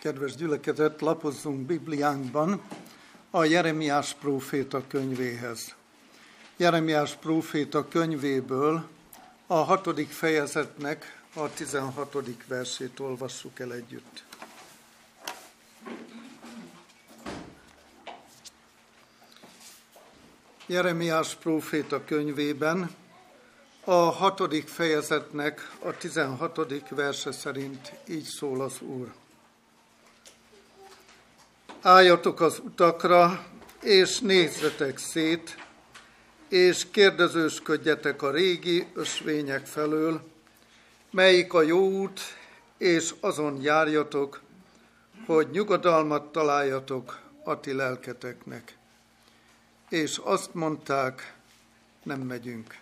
Kedves gyülekezet, lapozzunk Bibliánkban a Jeremiás próféta könyvéhez. Jeremiás próféta könyvéből a 6. fejezetnek a 16. versét olvassuk el együtt. Jeremiás próféta könyvében a 6. fejezetnek a 16. verse szerint így szól az Úr. Álljatok az utakra, és nézzetek szét, és kérdezősködjetek a régi ösvények felől, melyik a jó út, és azon járjatok, hogy nyugodalmat találjatok a ti lelketeknek. És azt mondták, nem megyünk.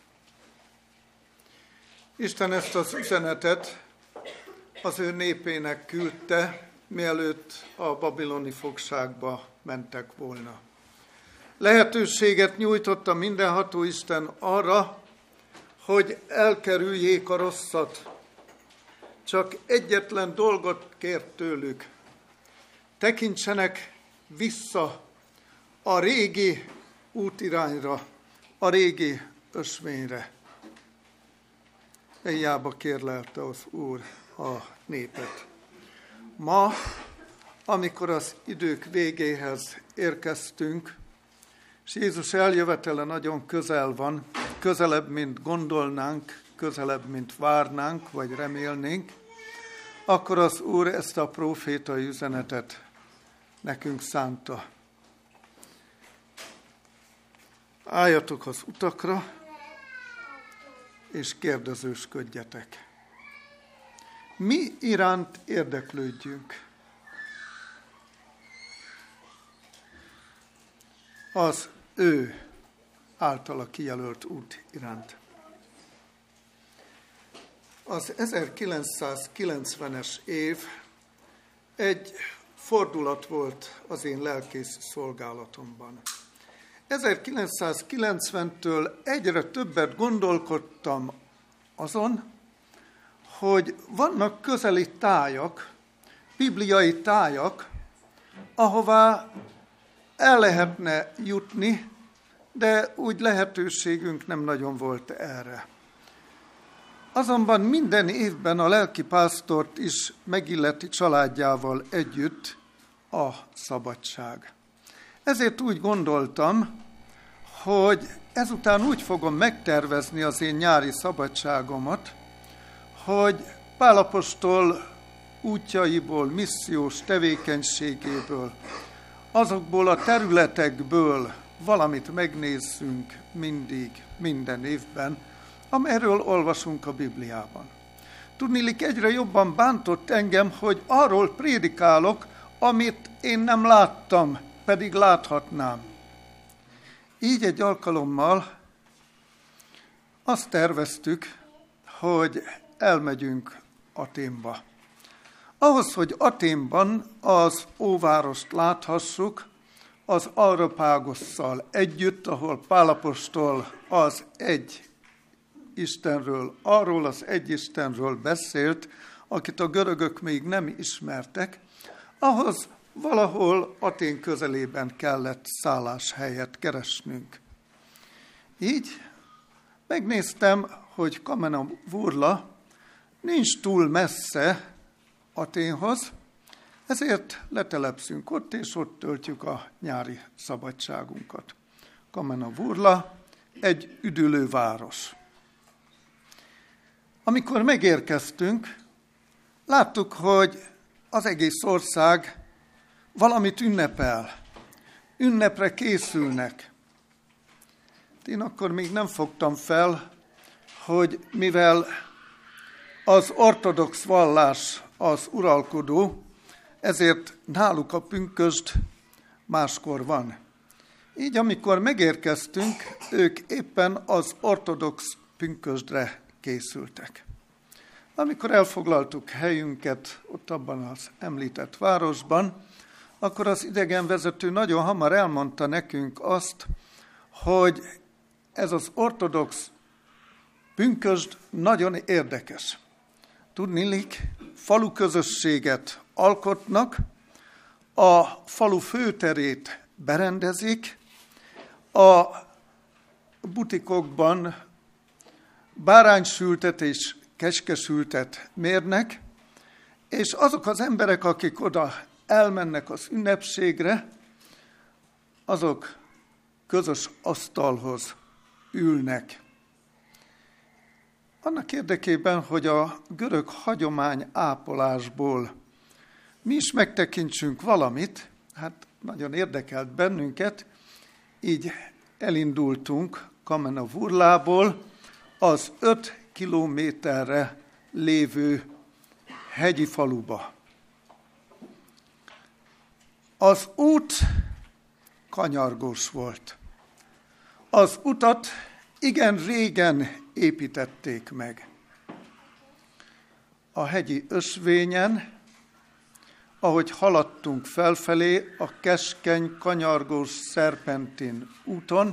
Isten ezt az üzenetet az ő népének küldte, mielőtt a babiloni fogságba mentek volna. Lehetőséget nyújtott a mindenható Isten arra, hogy elkerüljék a rosszat. Csak egyetlen dolgot kért tőlük. Tekintsenek vissza a régi útirányra, a régi ösvényre. Hiába kérlelte az Úr a népet. Ma, amikor az idők végéhez érkeztünk, és Jézus eljövetele nagyon közel van, közelebb, mint gondolnánk, közelebb, mint várnánk, vagy remélnénk, akkor az Úr ezt a prófétai üzenetet nekünk szánta. Álljatok az utakra, és kérdezősködjetek. Mi iránt érdeklődjünk? Az ő általa kijelölt út iránt. Az 1990-es év egy fordulat volt az én lelkész szolgálatomban. 1990-től egyre többet gondolkodtam azon, hogy vannak közeli tájak, bibliai tájak, ahová el lehetne jutni, de úgy lehetőségünk nem nagyon volt erre. Azonban minden évben a lelkipásztort is megilleti családjával együtt a szabadság. Ezért úgy gondoltam, hogy ezután úgy fogom megtervezni az én nyári szabadságomat, hogy Pál apostol útjaiból, missziós tevékenységéből, azokból a területekből valamit megnézzünk mindig, minden évben, amelyről olvasunk a Bibliában. Tudniillik, egyre jobban bántott engem, hogy arról prédikálok, amit én nem láttam, pedig láthatnám. Így egy alkalommal azt terveztük, hogy elmegyünk Athénba. Ahhoz, hogy Athénban az óvárost láthassuk, az Areopágosszal együtt, ahol Pál apostol az egy Istenről, arról az egy Istenről beszélt, akit a görögök még nem ismertek, ahhoz valahol Athén közelében kellett szálláshelyet keresnünk. Így megnéztem, hogy Kamena Vurla nincs túl messze Athénhoz, ezért letelepszünk ott, és ott töltjük a nyári szabadságunkat. Kamena Vurla egy üdülőváros. Amikor megérkeztünk, láttuk, hogy az egész ország valamit ünnepel. Ünnepre készülnek. Én akkor még nem fogtam fel, hogy mivel az ortodox vallás az uralkodó, ezért náluk a pünkösd máskor van. Így amikor megérkeztünk, ők éppen az ortodox pünkösdre készültek. Amikor elfoglaltuk helyünket ott abban az említett városban, akkor az idegenvezető nagyon hamar elmondta nekünk azt, hogy ez az ortodox pünkösd nagyon érdekes. Tudniillik, faluközösséget alkotnak, a falu főterét berendezik, a butikokban báránysültet és kecskesültet mérnek, és azok az emberek, akik oda elmennek az ünnepségre, azok közös asztalhoz ülnek. Annak érdekében, hogy a görög hagyomány ápolásból mi is megtekintsünk valamit, hát nagyon érdekelt bennünket, így elindultunk Kamenavurlából az 5 kilométerre lévő hegyi faluba. Az út kanyargós volt. Az utat igen régen építették meg. A hegyi ösvényen, ahogy haladtunk felfelé a keskeny, kanyargós szerpentin úton,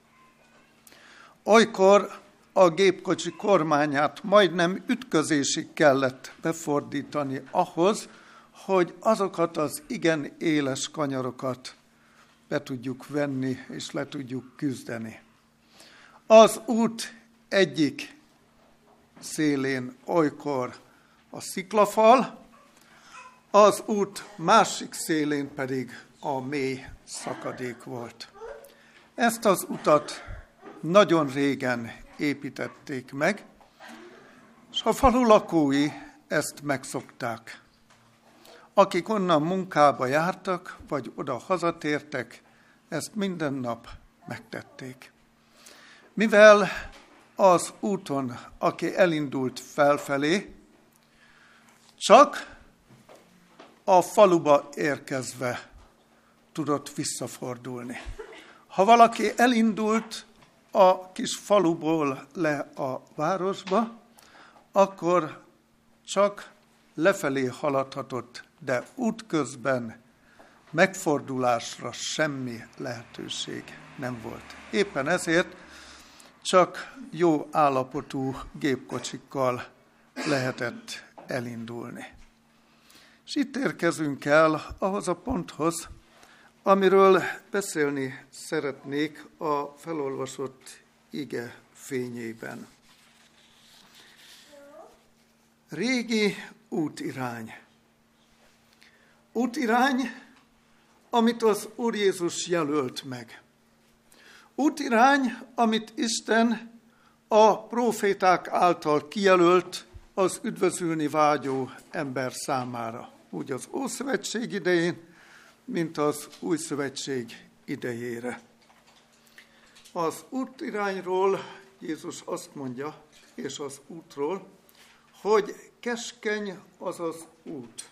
olykor a gépkocsi kormányát majdnem ütközésig kellett befordítani ahhoz, hogy azokat az igen éles kanyarokat be tudjuk venni és le tudjuk küzdeni. Az út egyik szélén olykor a sziklafal, az út másik szélén pedig a mély szakadék volt. Ezt az utat nagyon régen építették meg, és a falu lakói ezt megszokták. Akik onnan munkába jártak, vagy oda hazatértek, ezt minden nap megtették. Mivel az úton, aki elindult felfelé, csak a faluba érkezve tudott visszafordulni. Ha valaki elindult a kis faluból le a városba, akkor csak lefelé haladhatott, de útközben megfordulásra semmi lehetőség nem volt. Éppen ezért csak jó állapotú gépkocsikkal lehetett elindulni. És itt érkezünk el ahhoz a ponthoz, amiről beszélni szeretnék a felolvasott ige fényében. Régi útirány. Útirány, amit az Úr Jézus jelölt meg. Útirány, amit Isten a próféták által kijelölt az üdvözülni vágyó ember számára. Úgy az Ószövetség idején, mint az Új Szövetség idejére. Az útirányról Jézus azt mondja, és az útról, hogy keskeny az az út.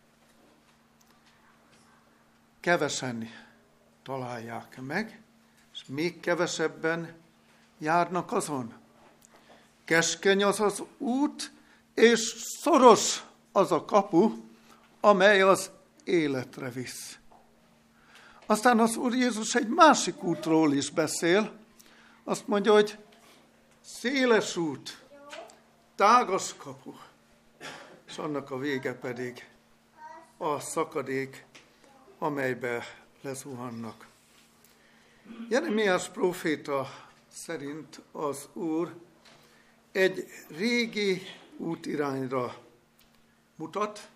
Kevesen találják meg, és még kevesebben járnak azon. Keskeny az az út, és szoros az a kapu, amely az életre visz. Aztán az Úr Jézus egy másik útról is beszél. Azt mondja, hogy széles út, tágas kapu, és annak a vége pedig a szakadék, amelybe lezuhannak. Jeremiás próféta szerint az Úr egy régi útirányra mutat,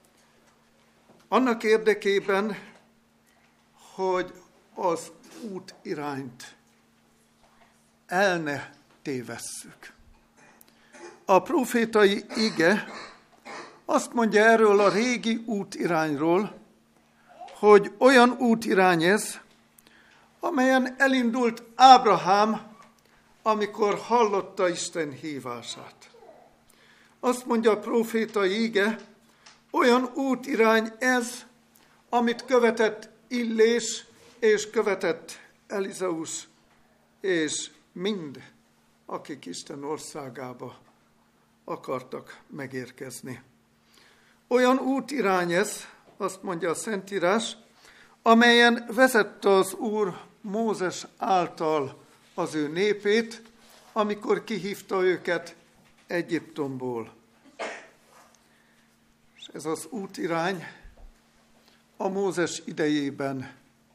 annak érdekében, hogy az útirányt el ne tévesszük. A prófétai ige azt mondja erről a régi útirányról, hogy olyan útirány ez, amelyen elindult Ábrahám, amikor hallotta Isten hívását. Azt mondja a prófétai ige, olyan útirány ez, amit követett Illés, és követett Elizeus, és mind, akik Isten országába akartak megérkezni. Olyan útirány ez, azt mondja a Szentírás, amelyen vezette az Úr Mózes által az ő népét, amikor kihívta őket Egyiptomból. Ez az útirány a Mózes idejében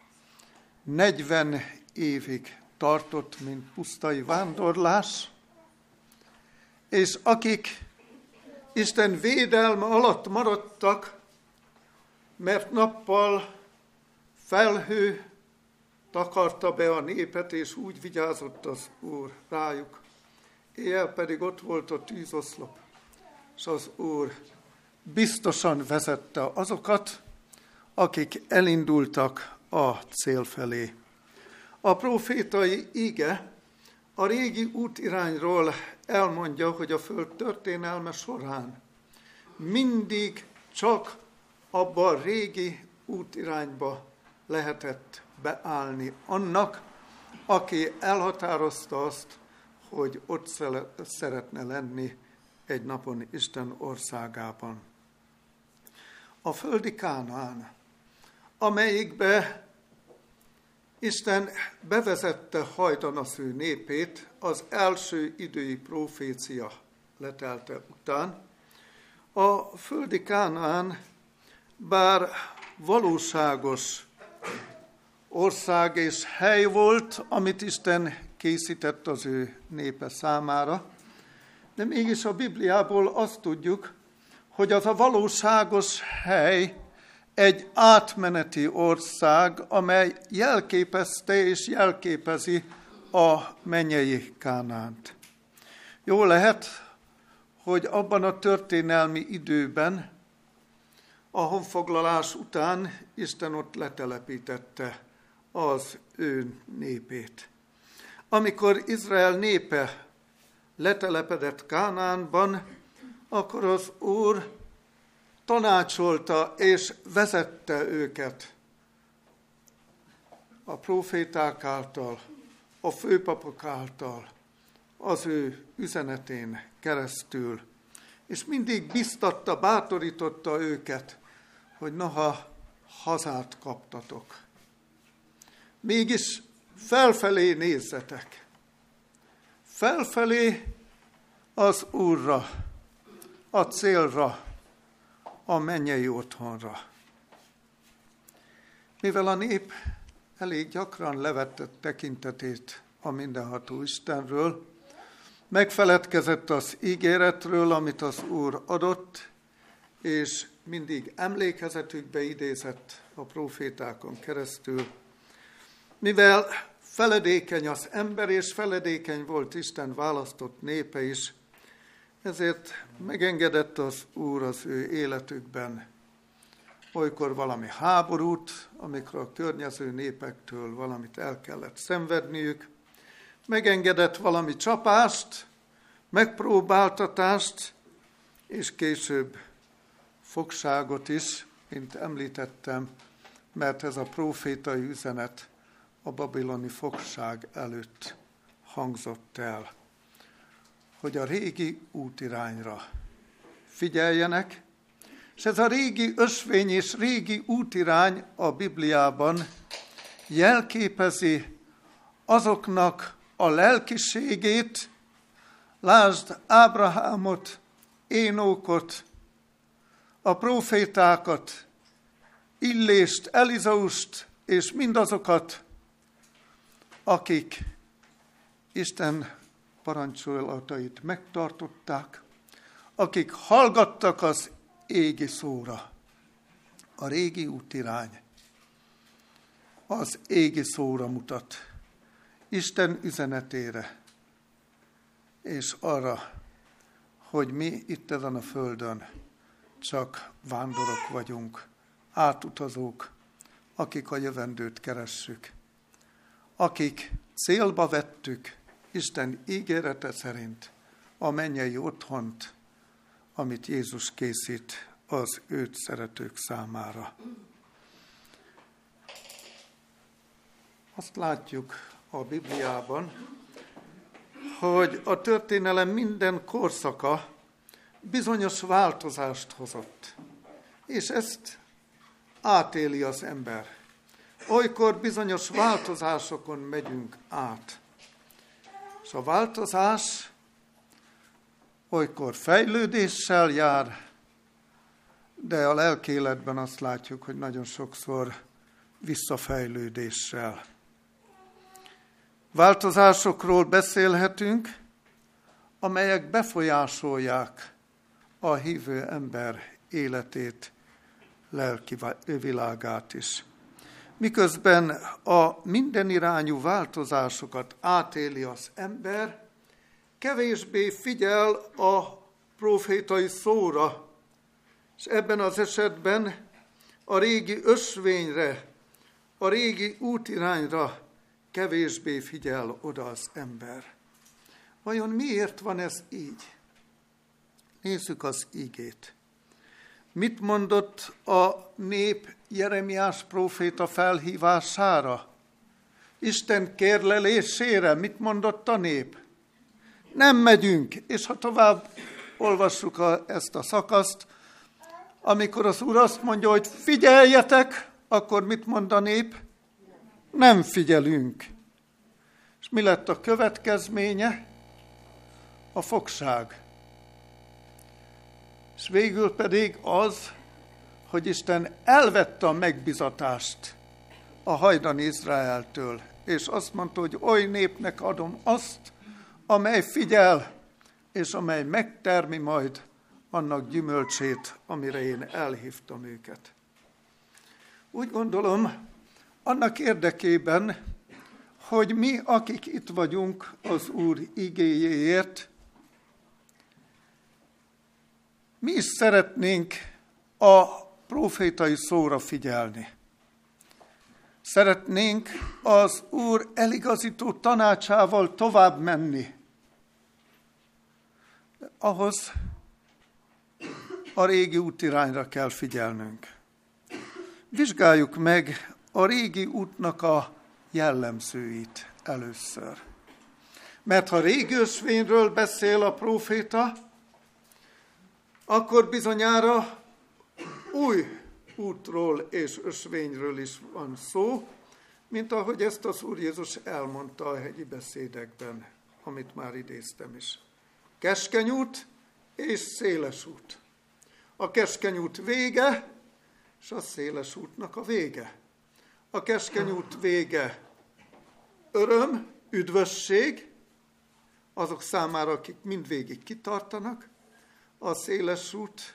40 évig tartott, mint pusztai vándorlás, és akik Isten védelme alatt maradtak, mert nappal felhő takarta be a népet, és úgy vigyázott az Úr rájuk. Éjjel pedig ott volt a tűzoszlop, és az Úr biztosan vezette azokat, akik elindultak a cél felé. A prófétai ige a régi útirányról elmondja, hogy a föld történelme során mindig csak abba a régi útirányba lehetett beállni annak, aki elhatározta azt, hogy ott szeretne lenni egy napon Isten országában. A földi Kánaán, amelyikbe Isten bevezette hajdan az ő népét az első idői profécia letelte után. A földi Kánaán bár valóságos ország és hely volt, amit Isten készített az ő népe számára, de mégis a Bibliából azt tudjuk, hogy az a valóságos hely egy átmeneti ország, amely jelképezte és jelképezi a mennyei Kánaánt. Jó lehet, hogy abban a történelmi időben, a honfoglalás után Isten ott letelepítette az ő népét. Amikor Izrael népe letelepedett Kánaánban, akkor az Úr tanácsolta és vezette őket a próféták által, a főpapok által, az ő üzenetén keresztül, és mindig biztatta, bátorította őket, hogy noha hazát kaptatok. Mégis felfelé nézzetek, felfelé az Úrra, a célra, a mennyei otthonra. Mivel a nép elég gyakran levette tekintetét a mindenható Istenről, megfeledkezett az ígéretről, amit az Úr adott, és mindig emlékezetükbe idézett a prófétákon keresztül. Mivel feledékeny az ember, és feledékeny volt Isten választott népe is, ezért megengedett az Úr az ő életükben olykor valami háborút, amikor a környező népektől valamit el kellett szenvedniük, megengedett valami csapást, megpróbáltatást, és később fogságot is, mint említettem, mert ez a prófétai üzenet a babiloni fogság előtt hangzott el, hogy a régi útirányra figyeljenek, és ez a régi ösvény és régi útirány a Bibliában jelképezi azoknak a lelkiségét, lásd Ábrahámot, Énókot, a prófétákat, Illést, Elizaust, és mindazokat, akik Isten parancsolatait megtartották, akik hallgattak az égi szóra. A régi útirány az égi szóra mutat, Isten üzenetére, és arra, hogy mi itt ezen a földön csak vándorok vagyunk, átutazók, akik a jövendőt keressük, akik célba vettük Isten ígérete szerint a mennyei otthont, amit Jézus készít az őt szeretők számára. Azt látjuk a Bibliában, hogy a történelem minden korszaka bizonyos változást hozott, és ezt átéli az ember. Olykor bizonyos változásokon megyünk át. És a változás olykor fejlődéssel jár, de a lelkéletben azt látjuk, hogy nagyon sokszor visszafejlődéssel. Változásokról beszélhetünk, amelyek befolyásolják a hívő ember életét, lelki világát is. Miközben a mindenirányú változásokat átéli az ember, kevésbé figyel a prófétai szóra, és ebben az esetben a régi ösvényre, a régi útirányra kevésbé figyel oda az ember. Vajon miért van ez így? Nézzük az ígét. Mit mondott a nép Jeremiás próféta felhívására? Isten kérlelésére mit mondott a nép? Nem megyünk, és ha tovább olvassuk ezt a szakaszt, amikor az Úr azt mondja, hogy figyeljetek, akkor mit mond a nép? Nem figyelünk. És mi lett a következménye? A fogság. És végül pedig az, hogy Isten elvette a megbizatást a hajdani Izraeltől, és azt mondta, hogy oly népnek adom azt, amely figyel, és amely megtermi majd annak gyümölcsét, amire én elhívtam őket. Úgy gondolom, annak érdekében, hogy mi, akik itt vagyunk az Úr igéjéért, mi is szeretnénk a prófétai szóra figyelni. Szeretnénk az Úr eligazító tanácsával tovább menni. Ahhoz a régi útirányra kell figyelnünk. Vizsgáljuk meg a régi útnak a jellemzőit először. Mert ha régi ösvényről beszél a próféta, akkor bizonyára új útról és ösvényről is van szó, mint ahogy ezt az Úr Jézus elmondta a hegyi beszédekben, amit már idéztem is. Keskeny út és széles út. A keskeny út vége, és a széles útnak a vége. A keskeny út vége öröm, üdvösség, azok számára, akik mindvégig kitartanak. A széles út,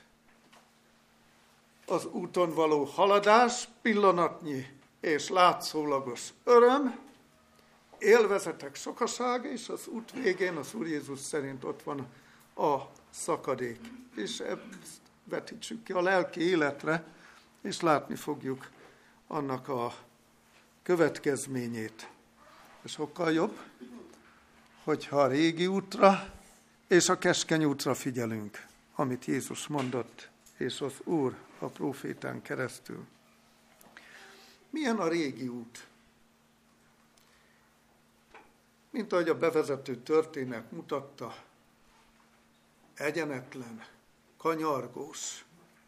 az úton való haladás, pillanatnyi és látszólagos öröm, élvezetek sokasága, és az út végén az Úr Jézus szerint ott van a szakadék. És ezt vetítsük ki a lelki életre, és látni fogjuk annak a következményét. Sokkal jobb, hogyha a régi útra és a keskeny útra figyelünk, amit Jézus mondott, és az Úr a prófétán keresztül. Milyen a régi út? Mint ahogy a bevezető történet mutatta, egyenetlen, kanyargós,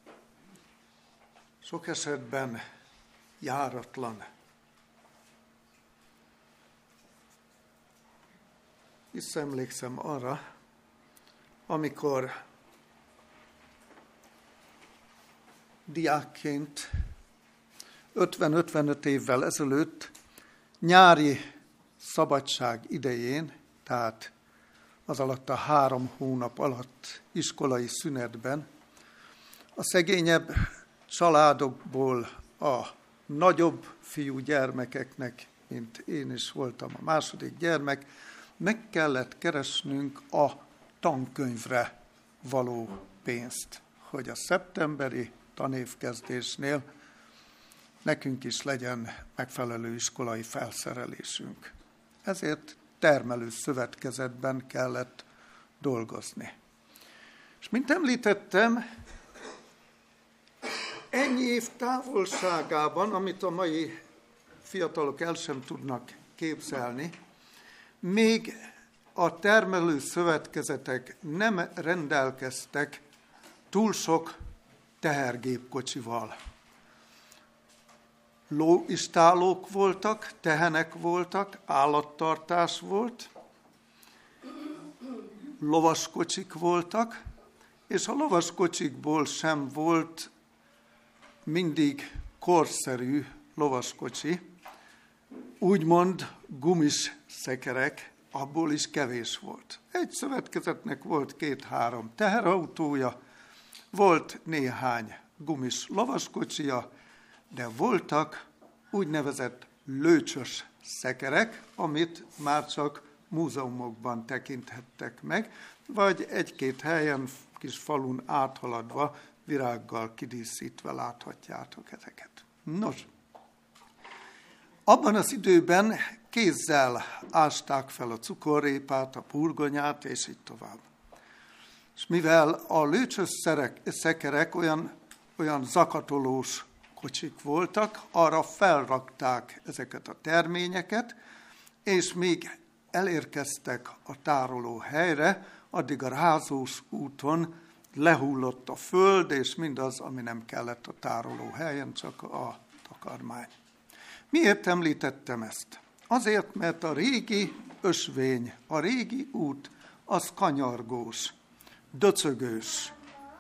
sok esetben járatlan. Visszaemlékszem arra, amikor diákként 50-55 évvel ezelőtt nyári szabadság idején, tehát az alatt a 3 hónap alatt iskolai szünetben a szegényebb családokból a nagyobb fiú gyermekeknek, mint én is voltam a második gyermek, meg kellett keresnünk a tankönyvre való pénzt, hogy a szeptemberi tanévkezdésnél nekünk is legyen megfelelő iskolai felszerelésünk. Ezért termelő szövetkezetben kellett dolgozni. És mint említettem, ennyi év távolságában, amit a mai fiatalok el sem tudnak képzelni, még a termelő szövetkezetek nem rendelkeztek túl sok tehergépkocsival. Lóistálók voltak, tehenek voltak, állattartás volt, lovaskocsik voltak, és a lovaskocsikból sem volt mindig korszerű lovaskocsi, úgymond gumis szekerek, abból is kevés volt. Egy szövetkezetnek volt 2-3 teherautója, volt néhány gumis lovaskocsija, de voltak úgynevezett lőcsös szekerek, amit már csak múzeumokban tekinthettek meg, vagy egy-két helyen, kis falun áthaladva, virággal kidíszítve láthatjátok ezeket. Nos, abban az időben kézzel ásták fel a cukorrépát, a burgonyát, és így tovább. És mivel a lőcsös szekerek olyan zakatolós kocsik voltak, arra felrakták ezeket a terményeket, és még elérkeztek a tároló helyre, addig a rázós úton lehullott a föld, és mindaz, ami nem kellett a tároló helyen, csak a takarmány. Miért említettem ezt? Azért, mert a régi ösvény, a régi út, az kanyargós, döcögős,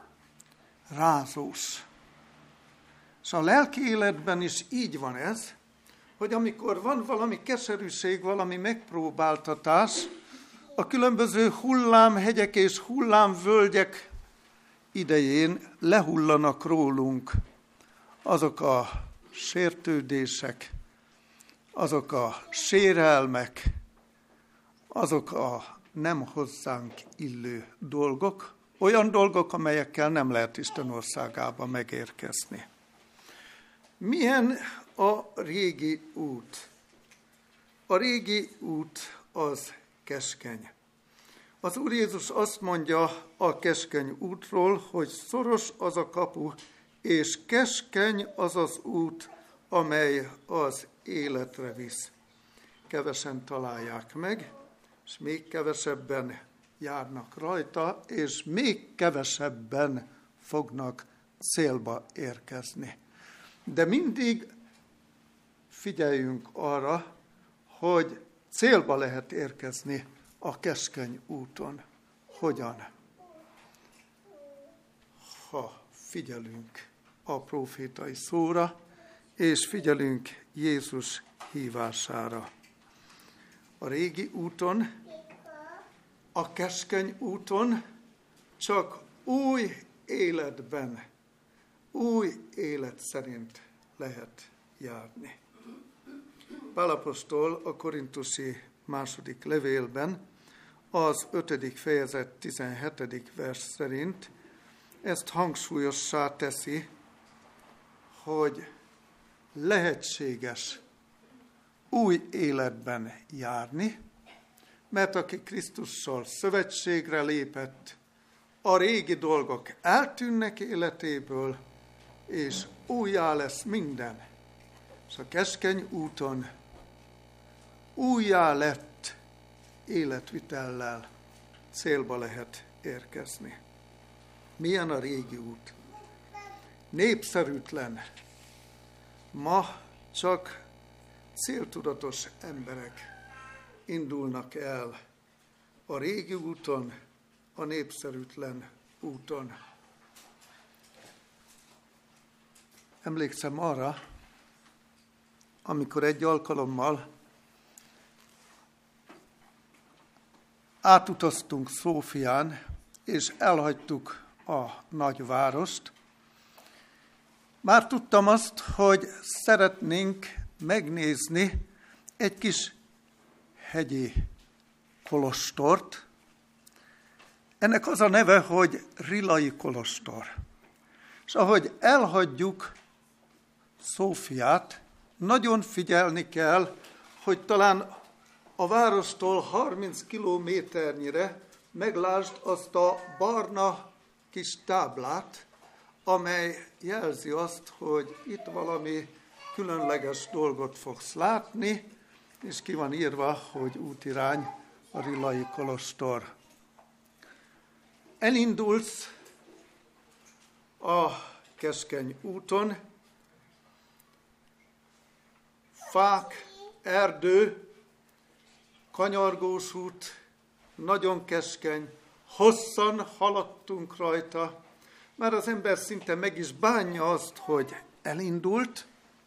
rázós. És a lelki életben is így van ez, hogy amikor van valami keserűség, valami megpróbáltatás, a különböző hullámhegyek és hullámvölgyek idején lehullanak rólunk azok a sértődések, azok a sérelmek, azok a nem hozzánk illő dolgok, olyan dolgok, amelyekkel nem lehet Isten országába megérkezni. Milyen a régi út? A régi út az keskeny. Az Úr Jézus azt mondja a keskeny útról, hogy szoros az a kapu, és keskeny az az út, amely az életre visz. Kevesen találják meg, és még kevesebben járnak rajta, és még kevesebben fognak célba érkezni. De mindig figyeljünk arra, hogy célba lehet érkezni a keskeny úton. Hogyan? Ha figyelünk a prófétai szóra, és figyelünk Jézus hívására. A régi úton, a keskeny úton csak új életben, új élet szerint lehet járni. Pál apostol a korintusi második levélben az 5. fejezet 17. vers szerint ezt hangsúlyossá teszi, hogy lehetséges új életben járni, mert aki Krisztussal szövetségre lépett, a régi dolgok eltűnnek életéből, és újjá lesz minden. És a keskeny úton újjá lett életvitellel célba lehet érkezni. Milyen a régi út? Népszerűtlen. Ma csak céltudatos emberek indulnak el a régi úton, a népszerűtlen úton. Emlékszem arra, amikor egy alkalommal átutaztunk Szófián, és elhagytuk a nagyvárost. Már tudtam azt, hogy szeretnénk megnézni egy kis hegyi kolostort. Ennek az a neve, hogy Rilai kolostor. És ahogy elhagyjuk Szófiát, nagyon figyelni kell, hogy talán a várostól 30 kilométernyire meglásd azt a barna kis táblát, amely jelzi azt, hogy itt valami különleges dolgot fogsz látni, és ki van írva, hogy útirány a Rilai kolostor. Elindulsz a keskeny úton, fák, erdő, kanyargós út, nagyon keskeny, hosszan haladtunk rajta, már az ember szinte meg is bánja azt, hogy elindult.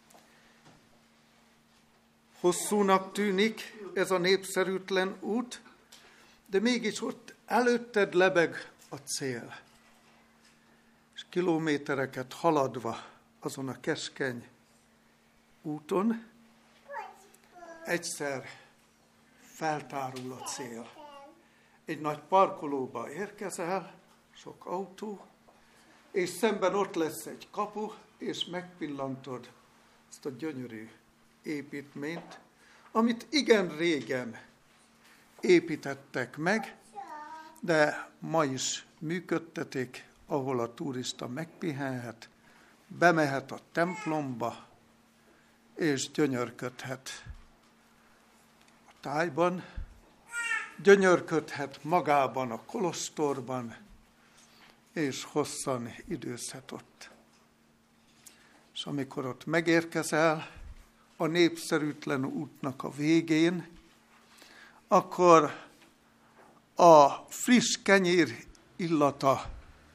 Hosszúnak tűnik ez a népszerűtlen út, de mégis ott előtted lebeg a cél. És kilométereket haladva azon a keskeny úton egyszer feltárul a cél. Egy nagy parkolóba érkezel, sok autó, és szemben ott lesz egy kapu, és megpillantod azt a gyönyörű építményt, amit igen régen építettek meg, de ma is működtetik, ahol a turista megpihenhet, bemehet a templomba, és gyönyörködhet a tájban, gyönyörködhet magában a kolostorban, és hosszan időzhet ott. És amikor ott megérkezel a népszerűtlen útnak a végén, akkor a friss kenyér illata,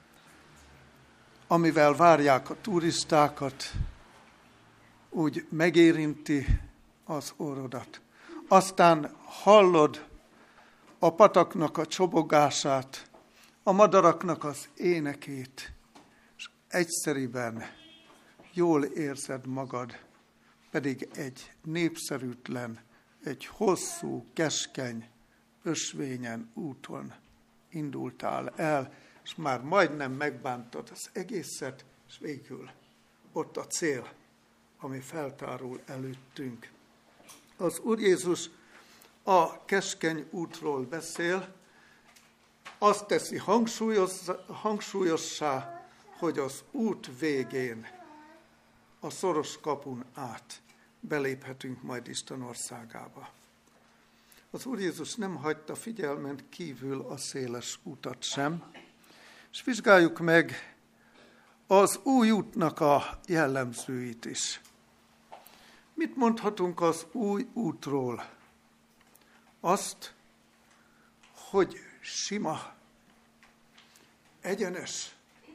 amivel várják a turistákat, úgy megérinti az orrodat. Aztán hallod a pataknak a csobogását, a madaraknak az énekét, és egyszeriben jól érzed magad, pedig egy népszerűtlen, egy hosszú, keskeny, ösvényen úton indultál el, és már majdnem megbántad az egészet, és végül ott a cél, ami feltárul előttünk. Az Úr Jézus a keskeny útról beszél, azt teszi hangsúlyossá, hogy az út végén, a szoros kapun át beléphetünk majd Isten országába. Az Úr Jézus nem hagyta figyelmen kívül a széles utat sem, és vizsgáljuk meg az új útnak a jellemzőit is. Mit mondhatunk az új útról? Azt, hogy sima, egyenes,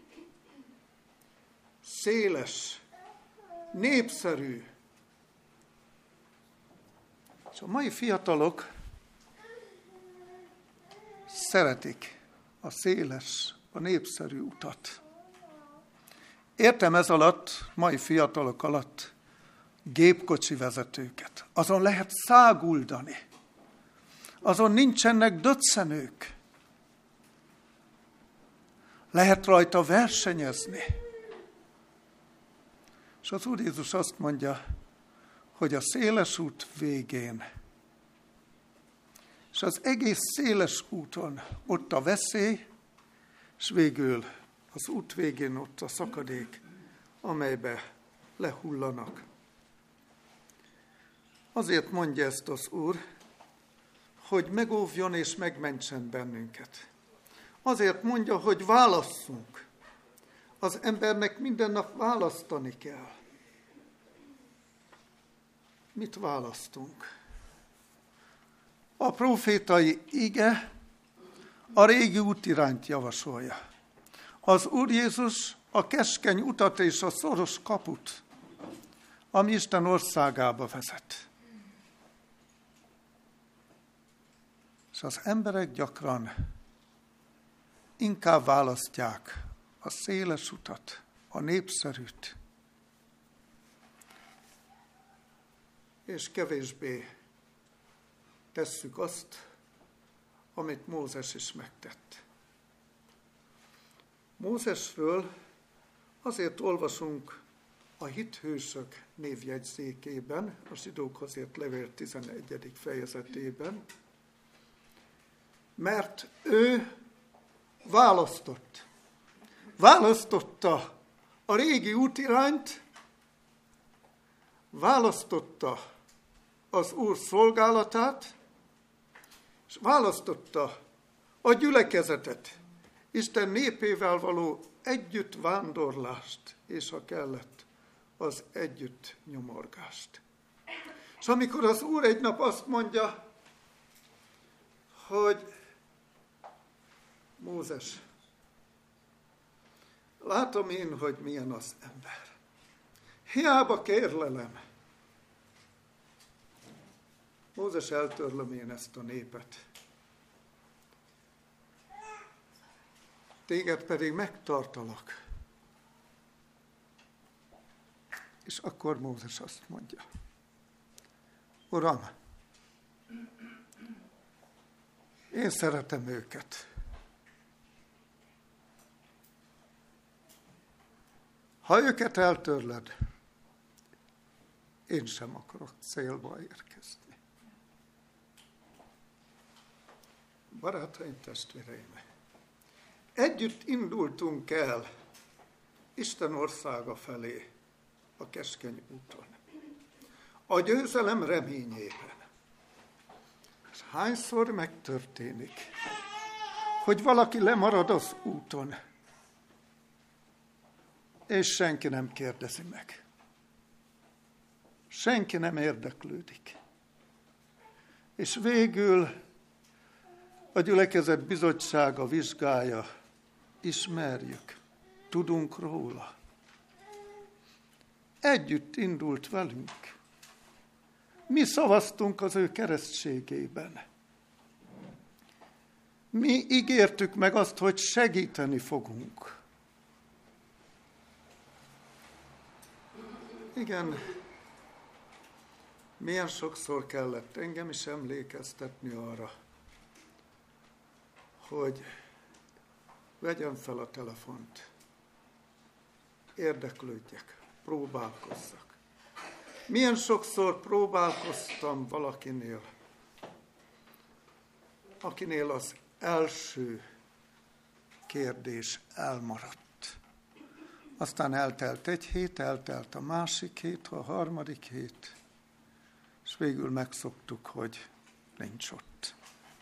széles, népszerű. És a mai fiatalok szeretik a széles, a népszerű utat. Értem ez alatt, mai fiatalok alatt, gépkocsi vezetőket. Azon lehet száguldani. Azon nincsenek döccenők. Lehet rajta versenyezni. És az Úr Jézus azt mondja, hogy a széles út végén, és az egész széles úton ott a veszély, és végül az út végén ott a szakadék, amelybe lehullanak. Azért mondja ezt az Úr, hogy megóvjon és megmentsen bennünket. Azért mondja, hogy válasszunk. Az embernek minden nap választani kell. Mit választunk? A prófétai ige a régi útirányt javasolja. Az Úr Jézus a keskeny utat és a szoros kaput, ami Isten országába vezet. És az emberek gyakran inkább választják a széles utat, a népszerűt, és kevésbé tesszük azt, amit Mózes is megtett. Mózesről azért olvasunk a Hithősök névjegyzékében, a Zsidókhoz írt levél 11. fejezetében, mert ő választotta a régi útirányt, választotta az Úr szolgálatát, és választotta a gyülekezetet, Isten népével való együtt vándorlást, és ha kellett, az együtt nyomorgást. És amikor az Úr egy nap azt mondja, hogy Mózes, látom én, hogy milyen az ember. Hiába kérlelem. Mózes, eltörlöm én ezt a népet. Téged pedig megtartalak. És akkor Mózes azt mondja: Uram, én szeretem őket. Ha őket eltörled, én sem akarok célba érkezni. Barátaim, testvéreim, együtt indultunk el Isten országa felé a keskeny úton, a győzelem reményében. És hányszor megtörténik, hogy valaki lemarad az úton, és senki nem kérdezi meg. Senki nem érdeklődik. És végül a gyülekezet bizottsága vizsgálja, ismerjük, tudunk róla. Együtt indult velünk. Mi szavaztunk az ő keresztségében. Mi ígértük meg azt, hogy segíteni fogunk. Igen, milyen sokszor kellett engem is emlékeztetni arra, hogy vegyem fel a telefont, érdeklődjek, próbálkozzak. Milyen sokszor próbálkoztam valakinél, akinél az első kérdés elmaradt. Aztán eltelt egy hét, eltelt a másik hét, a harmadik hét, és végül megszoktuk, hogy nincs ott.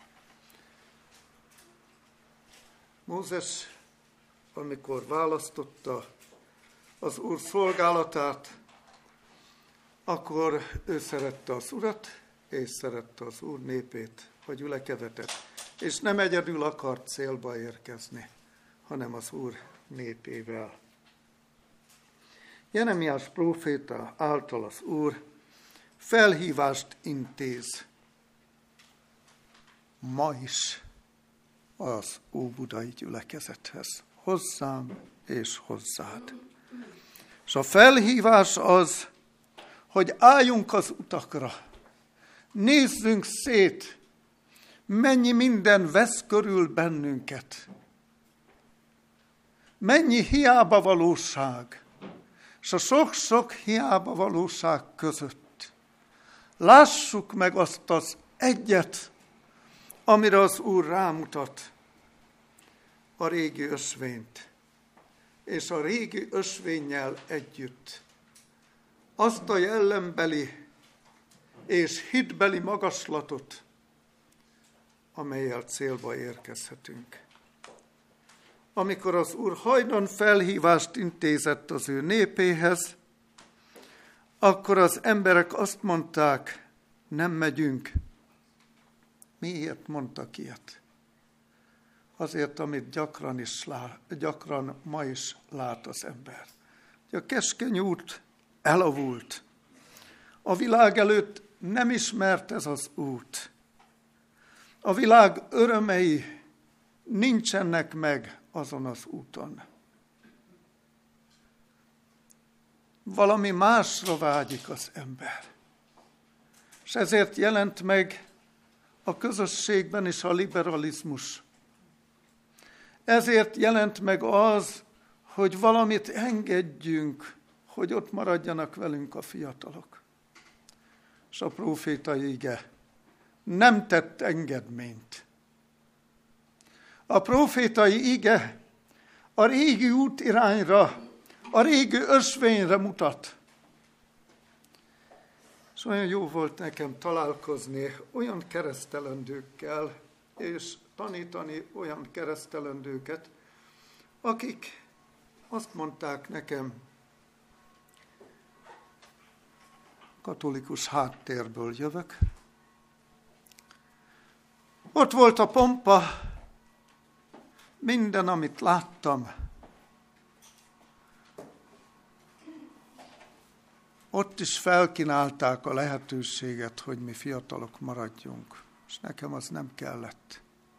Mózes, amikor választotta az Úr szolgálatát, akkor ő szerette az Urat, és szerette az Úr népét, a gyülekezetet, és nem egyedül akart célba érkezni, hanem az Úr népével. Jeremiás próféta által az Úr felhívást intéz ma is az óbudai gyülekezethez, hozzám és hozzád. És a felhívás az, hogy álljunk az utakra, nézzünk szét, mennyi minden vesz körül bennünket, mennyi hiába valóság, és a sok-sok hiába valóság között lássuk meg azt az egyet, amire az Úr rámutat, a régi ösvényt, és a régi ösvénnyel együtt azt a jellembeli és hitbeli magaslatot, amellyel célba érkezhetünk. Amikor az Úr hajdan felhívást intézett az ő népéhez, akkor az emberek azt mondták, nem megyünk. Miért mondtak ilyet? Azért, amit gyakran ma is lát az ember. A keskeny út elavult. A világ előtt nem ismert ez az út. A világ örömei nincsenek meg azon az úton. Valami másra vágyik az ember. És ezért jelent meg a közösségben is a liberalizmus. Ezért jelent meg az, hogy valamit engedjünk, hogy ott maradjanak velünk a fiatalok. És a prófétai ige nem tett engedményt. A prófétai ige a régi útirányra, a régi ösvényre mutat. És olyan jó volt nekem találkozni olyan keresztelendőkkel, és tanítani olyan keresztelendőket, akik azt mondták nekem, katolikus háttérből jövök. Ott volt a pompa, minden, amit láttam. ott is felkínálták a lehetőséget, hogy mi fiatalok maradjunk, és nekem az nem kellett.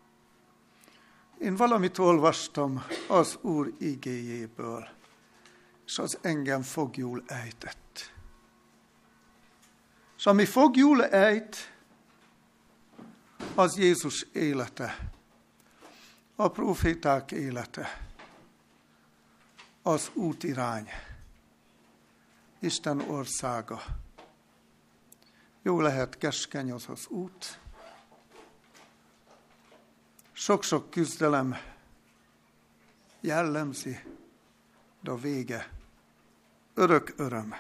Én valamit olvastam az Úr igéjéből, és az engem fogjul ejtett. És ami fogjul ejt, az Jézus élete, a próféták élete, az útirány, Isten országa. Jó lehet, keskeny az az út, sok-sok küzdelem jellemzi, de a vége örök öröm.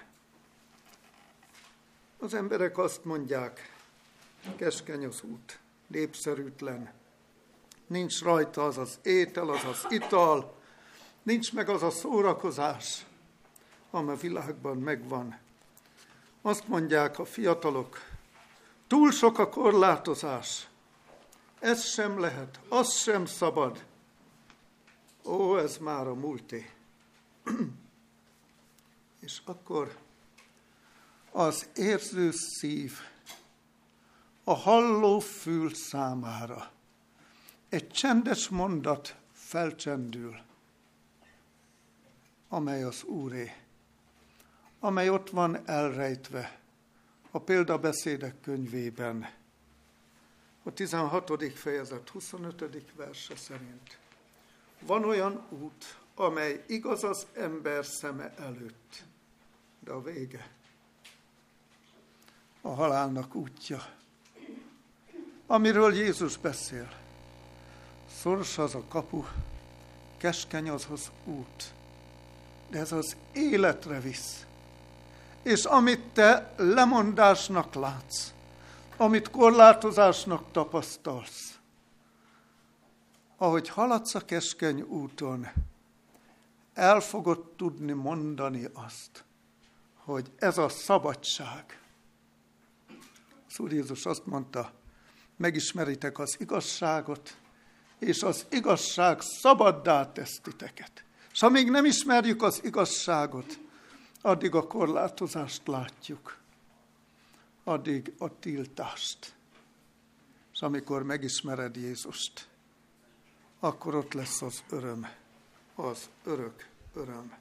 Az emberek azt mondják, keskeny az út, népszerűtlen, nincs rajta az az étel, az az ital, nincs meg az a szórakozás, ami a világban megvan. Azt mondják a fiatalok, túl sok a korlátozás, ez sem lehet, az sem szabad. Ó, ez már a múlté. És akkor az érző szív, a halló fül számára egy csendes mondat felcsendül, amely az Úré, amely ott van elrejtve a példabeszédek könyvében, a 16. fejezet 25. verse szerint. Van olyan út, amely igaz az ember szeme előtt, de a vége a halálnak útja, amiről Jézus beszél. Szoros az a kapu, keskeny az az út, de ez az életre visz. És amit te lemondásnak látsz, amit korlátozásnak tapasztalsz, ahogy haladsz a keskeny úton, el fogod tudni mondani azt, hogy ez a szabadság. Az Úr Jézus azt mondta, megismeritek az igazságot, és az igazság szabaddá tesz titeket. És amíg nem ismerjük az igazságot, addig a korlátozást látjuk, addig a tiltást. És amikor megismered Jézust, akkor ott lesz az öröm, az örök öröm.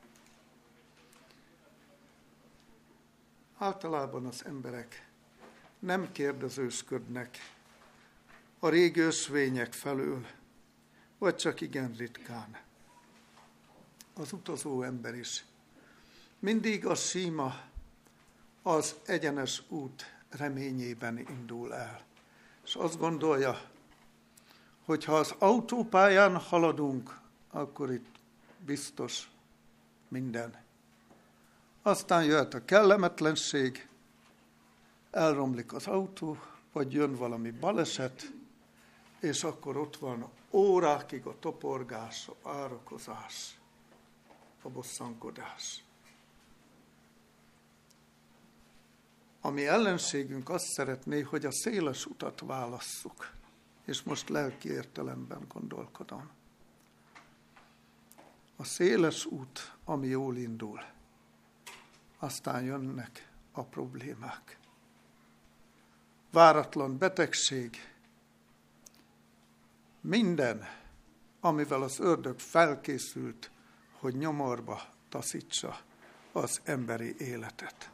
Általában az emberek nem kérdezősködnek a régi ösvények felől, vagy csak igen ritkán. Az utazó ember is mindig a síma, az egyenes út reményében indul el. És azt gondolja, hogy ha az autópályán haladunk, akkor itt biztos minden. Aztán jöhet a kellemetlenség, elromlik az autó, vagy jön valami baleset, és akkor ott van órákig a toporgás, a várakozás, a bosszankodás. A mi ellenségünk azt szeretné, hogy a széles utat válasszuk, és most lelki értelemben gondolkodom. A széles út, ami jól indul, aztán jönnek a problémák. Váratlan betegség, minden, amivel az ördög felkészült, hogy nyomorba taszítsa az emberi életet.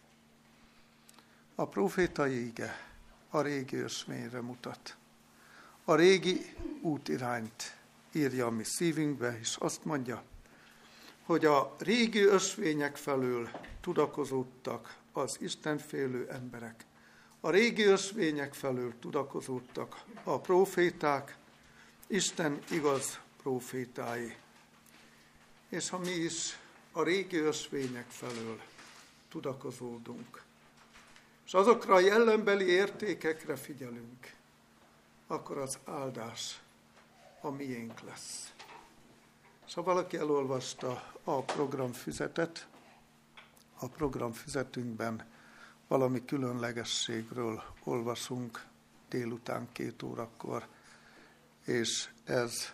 A prófétai ige a régi ösvényre mutat. A régi útirányt írja a mi szívünkbe, és azt mondja, hogy a régi ösvények felől tudakozódtak az istenfélő emberek. A régi ösvények felől tudakozódtak a próféták, Isten igaz prófétái. És ha mi is a régi ösvények felől tudakozódunk, és azokra a jellembeli értékekre figyelünk, akkor az áldás a miénk lesz. És ha valaki elolvasta a programfüzetet, a programfüzetünkben valami különlegességről olvasunk délután 2 órakor, és ez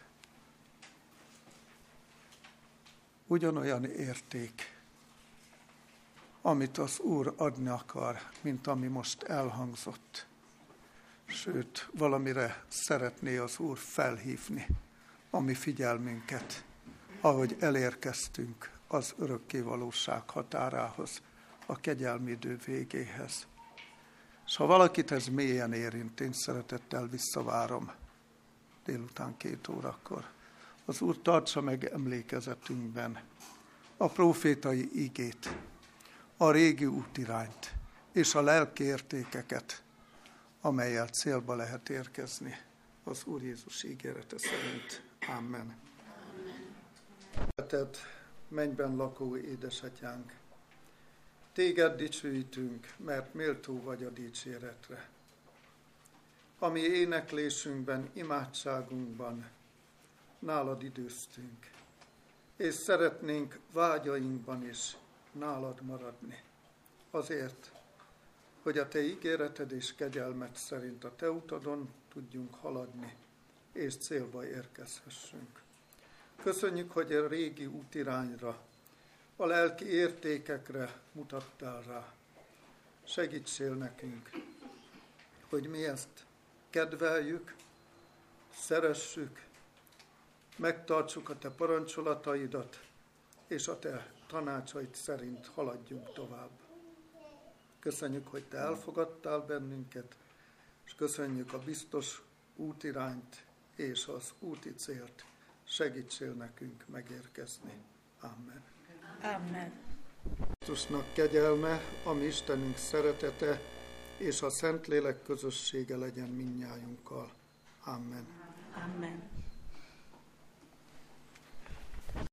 ugyanolyan érték, amit az Úr adni akar, mint ami most elhangzott. Sőt, valamire szeretné az Úr felhívni a mi figyelmünket, ahogy elérkeztünk az örökkévalóság határához, a kegyelmi idő végéhez. És ha valakit ez mélyen érint, én szeretettel visszavárom délután 2 órakor. Az Úr tartsa meg emlékezetünkben a prófétai igét, a régi útirányt és a lelki értékeket, amellyel célba lehet érkezni az Úr Jézus ígérete szerint. Amen. Szeretett mennyben lakó édesatyánk, téged dicsőítünk, mert méltó vagy a dicséretre. A mi éneklésünkben, imádságunkban nálad időztünk, és szeretnénk vágyainkban is nálad maradni. Azért, hogy a te ígéreted és kegyelmed szerint a te utadon tudjunk haladni, és célba érkezhessünk. Köszönjük, hogy a régi útirányra, a lelki értékekre mutattál rá. Segítsél nekünk, hogy mi ezt kedveljük, szeressük, megtartsuk a te parancsolataidat, és a te tanácsaid szerint haladjunk tovább. Köszönjük, hogy te elfogadtál bennünket, és köszönjük a biztos útirányt és az úti célt. Segítsél nekünk megérkezni. Amen. Amen. Krisztusnak kegyelme, a mi Istenünk szeretete, és a Szentlélek közössége legyen mindnyájunkkal. Amen. Amen.